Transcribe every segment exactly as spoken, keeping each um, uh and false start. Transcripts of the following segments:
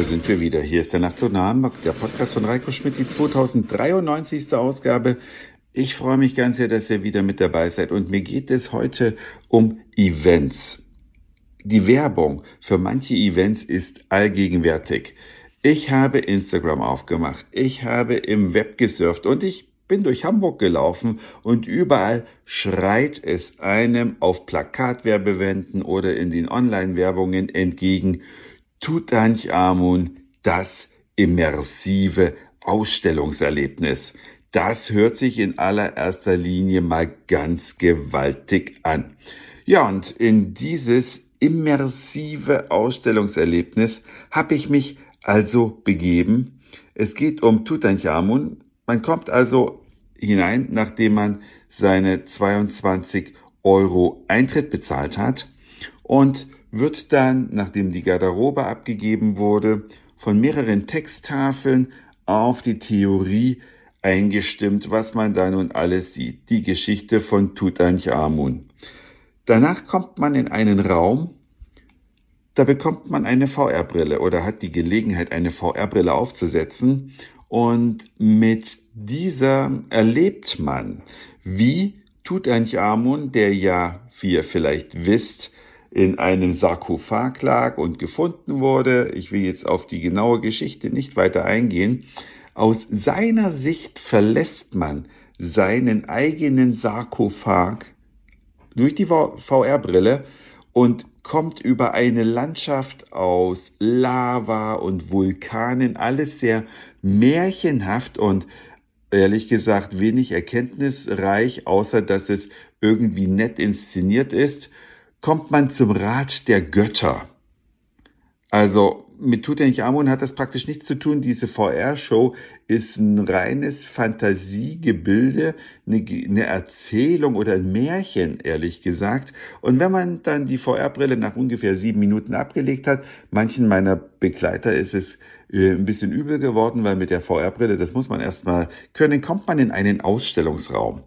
da sind wir wieder. Hier ist der Nachtzug nach Hamburg, der Podcast von Reiko Schmidt, die zweitausenddreiundneunzigste Ausgabe. Ich freue mich ganz sehr, dass ihr wieder mit dabei seid. Und mir geht es heute um Events. Die Werbung für manche Events ist allgegenwärtig. Ich habe Instagram aufgemacht, ich habe im Web gesurft und ich bin durch Hamburg gelaufen und überall schreit es einem auf Plakatwerbewänden oder in den Online-Werbungen entgegen: Tutanchamun, das immersive Ausstellungserlebnis. Das hört sich in allererster Linie mal ganz gewaltig an. Ja, und in dieses immersive Ausstellungserlebnis habe ich mich also begeben. Es geht um Tutanchamun. Man kommt also hinein, nachdem man seine zweiundzwanzig Euro Eintritt bezahlt hat, und wird dann, nachdem die Garderobe abgegeben wurde, von mehreren Texttafeln auf die Theorie eingestimmt, was man da nun alles sieht. Die Geschichte von Tutanchamun. Danach kommt man in einen Raum, da bekommt man eine V R-Brille oder hat die Gelegenheit, eine V R-Brille aufzusetzen. Und mit dieser erlebt man, wie Tutanchamun, der ja, wie ihr vielleicht wisst, in einem Sarkophag lag und gefunden wurde. Ich will jetzt auf die genaue Geschichte nicht weiter eingehen. Aus seiner Sicht verlässt man seinen eigenen Sarkophag durch die V R-Brille und kommt über eine Landschaft aus Lava und Vulkanen, alles sehr märchenhaft und ehrlich gesagt wenig erkenntnisreich, außer dass es irgendwie nett inszeniert ist, kommt man zum Rat der Götter. Also mit Tutanchamun hat das praktisch nichts zu tun. Diese V R-Show ist ein reines Fantasiegebilde, eine, eine Erzählung oder ein Märchen, ehrlich gesagt. Und wenn man dann die V R-Brille nach ungefähr sieben Minuten abgelegt hat, manchen meiner Begleiter ist es äh, ein bisschen übel geworden, weil mit der V R-Brille, das muss man erstmal können, kommt man in einen Ausstellungsraum.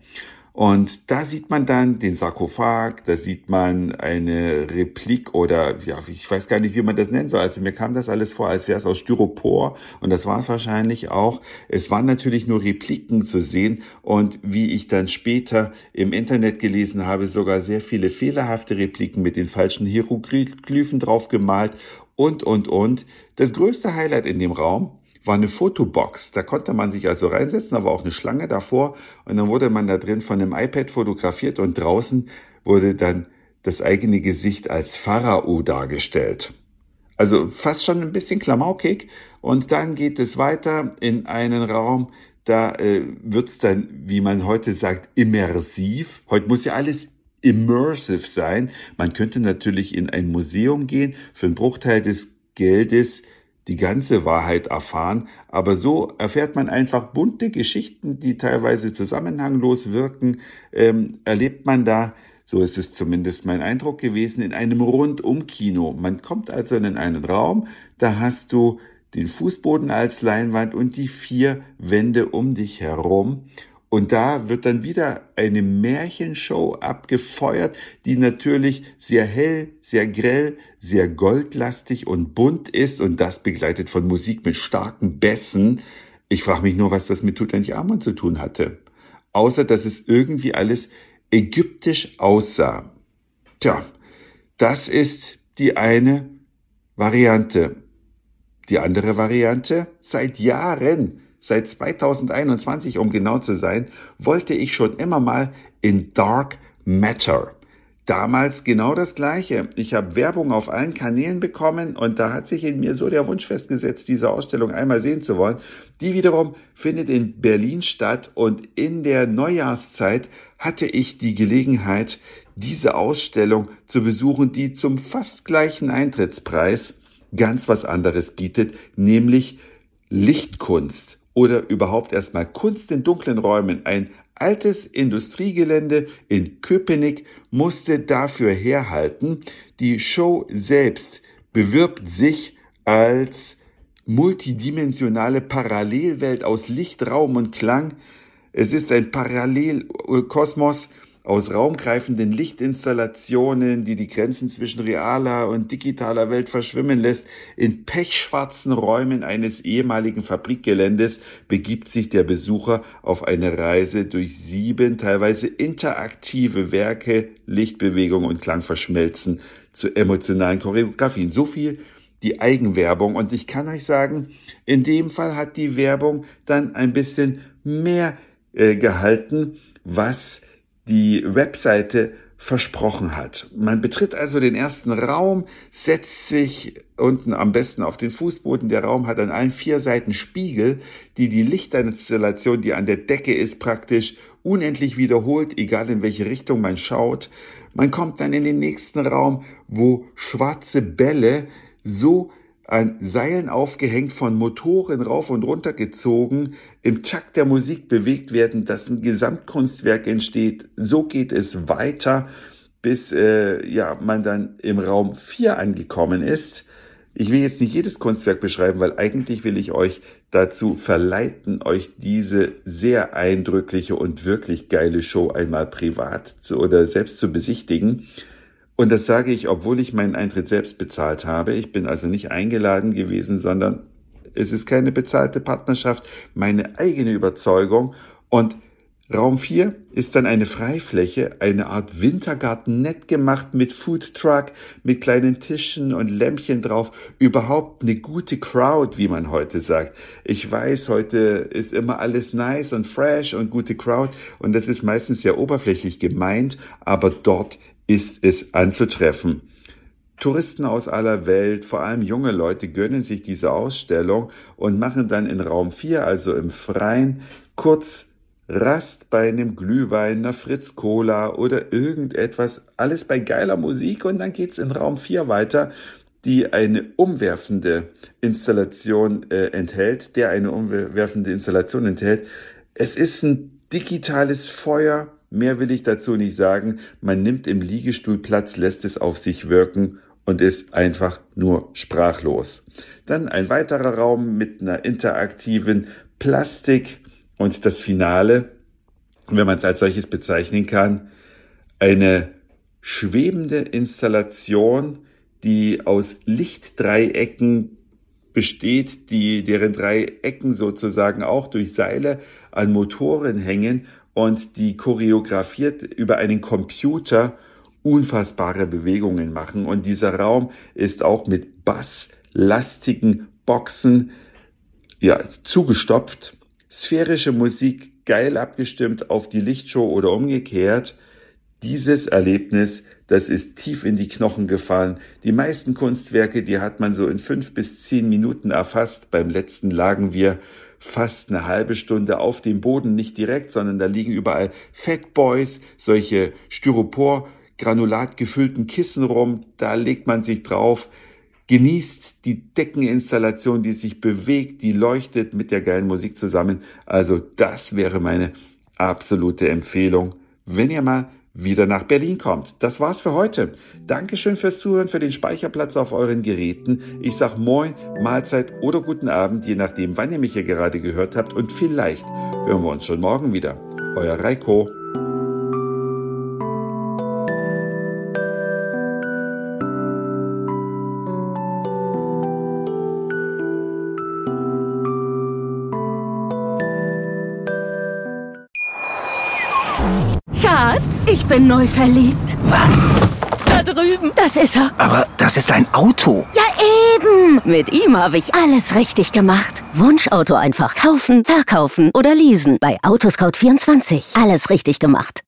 Und da sieht man dann den Sarkophag, da sieht man eine Replik oder, ja, ich weiß gar nicht, wie man das nennen soll. Also mir kam das alles vor, als wäre es aus Styropor, und das war es wahrscheinlich auch. Es waren natürlich nur Repliken zu sehen und wie ich dann später im Internet gelesen habe, sogar sehr viele fehlerhafte Repliken mit den falschen Hieroglyphen drauf gemalt und, und, und. Das größte Highlight in dem Raum war eine Fotobox. Da konnte man sich also reinsetzen, da war auch eine Schlange davor, und dann wurde man da drin von einem iPad fotografiert und draußen wurde dann das eigene Gesicht als Pharao dargestellt. Also fast schon ein bisschen klamaukig, und dann geht es weiter in einen Raum, da äh, wird's dann, wie man heute sagt, immersiv. Heute muss ja alles immersive sein. Man könnte natürlich in ein Museum gehen, für einen Bruchteil des Geldes die ganze Wahrheit erfahren, aber so erfährt man einfach bunte Geschichten, die teilweise zusammenhanglos wirken, ähm, erlebt man da, so ist es zumindest mein Eindruck gewesen, in einem Rundum-Kino. Man kommt also in einen Raum, da hast du den Fußboden als Leinwand und die vier Wände um dich herum. Und da wird dann wieder eine Märchenshow abgefeuert, die natürlich sehr hell, sehr grell, sehr goldlastig und bunt ist, und das begleitet von Musik mit starken Bässen. Ich frage mich nur, was das mit Tutanchamun zu tun hatte. Außer, dass es irgendwie alles ägyptisch aussah. Tja, das ist die eine Variante. Die andere Variante: seit Jahren, seit zweitausendeinundzwanzig, um genau zu sein, wollte ich schon immer mal in Dark Matter. Damals genau das Gleiche. Ich habe Werbung auf allen Kanälen bekommen und da hat sich in mir so der Wunsch festgesetzt, diese Ausstellung einmal sehen zu wollen. Die wiederum findet in Berlin statt, und in der Neujahrszeit hatte ich die Gelegenheit, diese Ausstellung zu besuchen, die zum fast gleichen Eintrittspreis ganz was anderes bietet, nämlich Lichtkunst. Oder überhaupt erstmal Kunst in dunklen Räumen. Ein altes Industriegelände in Köpenick musste dafür herhalten. Die Show selbst bewirbt sich als multidimensionale Parallelwelt aus Licht, Raum und Klang. Es ist ein Parallelkosmos, aus raumgreifenden Lichtinstallationen, die die Grenzen zwischen realer und digitaler Welt verschwimmen lässt, in pechschwarzen Räumen eines ehemaligen Fabrikgeländes begibt sich der Besucher auf eine Reise durch sieben teilweise interaktive Werke, Lichtbewegung und Klang verschmelzen zu emotionalen Choreografien. So viel die Eigenwerbung. Und ich kann euch sagen, in dem Fall hat die Werbung dann ein bisschen mehr äh, gehalten, was die Webseite versprochen hat. Man betritt also den ersten Raum, setzt sich unten am besten auf den Fußboden. Der Raum hat an allen vier Seiten Spiegel, die die Lichtinstallation, die an der Decke ist, praktisch unendlich wiederholt, egal in welche Richtung man schaut. Man kommt dann in den nächsten Raum, wo schwarze Bälle so an Seilen aufgehängt, von Motoren rauf und runter gezogen, im Takt der Musik bewegt werden, dass ein Gesamtkunstwerk entsteht. So geht es weiter, bis äh, ja man dann im Raum vier angekommen ist. Ich will jetzt nicht jedes Kunstwerk beschreiben, weil eigentlich will ich euch dazu verleiten, euch diese sehr eindrückliche und wirklich geile Show einmal privat zu, oder selbst zu besichtigen. Und das sage ich, obwohl ich meinen Eintritt selbst bezahlt habe. Ich bin also nicht eingeladen gewesen, sondern es ist keine bezahlte Partnerschaft, meine eigene Überzeugung. Und Raum vier ist dann eine Freifläche, eine Art Wintergarten, nett gemacht mit Foodtruck, mit kleinen Tischen und Lämpchen drauf. Überhaupt eine gute Crowd, wie man heute sagt. Ich weiß, heute ist immer alles nice und fresh und gute Crowd. Und das ist meistens sehr oberflächlich gemeint, aber dort ist es anzutreffen. Touristen aus aller Welt, vor allem junge Leute, gönnen sich diese Ausstellung und machen dann in Raum vier, also im Freien, kurz Rast bei einem Glühwein, einer Fritz Cola oder irgendetwas, alles bei geiler Musik, und dann geht's in Raum vier weiter, die eine umwerfende Installation äh, enthält, der eine umwerfende Installation enthält. Es ist ein digitales Feuer. Mehr will ich dazu nicht sagen. Man nimmt im Liegestuhl Platz, lässt es auf sich wirken und ist einfach nur sprachlos. Dann ein weiterer Raum mit einer interaktiven Plastik und das Finale, wenn man es als solches bezeichnen kann, eine schwebende Installation, die aus Lichtdreiecken besteht, die, deren drei Ecken sozusagen auch durch Seile an Motoren hängen und die choreografiert über einen Computer unfassbare Bewegungen machen. Und dieser Raum ist auch mit basslastigen Boxen ja, zugestopft. Sphärische Musik, geil abgestimmt auf die Lichtshow oder umgekehrt. Dieses Erlebnis, das ist tief in die Knochen gefahren. Die meisten Kunstwerke, die hat man so in fünf bis zehn Minuten erfasst. Beim letzten lagen wir fast eine halbe Stunde auf dem Boden, nicht direkt, sondern da liegen überall Fatboys, solche Styropor-Granulat gefüllten Kissen rum, da legt man sich drauf, genießt die Deckeninstallation, die sich bewegt, die leuchtet mit der geilen Musik zusammen. Also das wäre meine absolute Empfehlung, wenn ihr mal wieder nach Berlin kommt. Das war's für heute. Dankeschön fürs Zuhören, für den Speicherplatz auf euren Geräten. Ich sag Moin, Mahlzeit oder guten Abend, je nachdem, wann ihr mich hier gerade gehört habt. Und vielleicht hören wir uns schon morgen wieder. Euer Reiko. Schatz, ich bin neu verliebt. Was? Da drüben. Das ist er. Aber das ist ein Auto. Ja, eben. Mit ihm habe ich alles richtig gemacht. Wunschauto einfach kaufen, verkaufen oder leasen. Bei Autoscout vierundzwanzig. Alles richtig gemacht.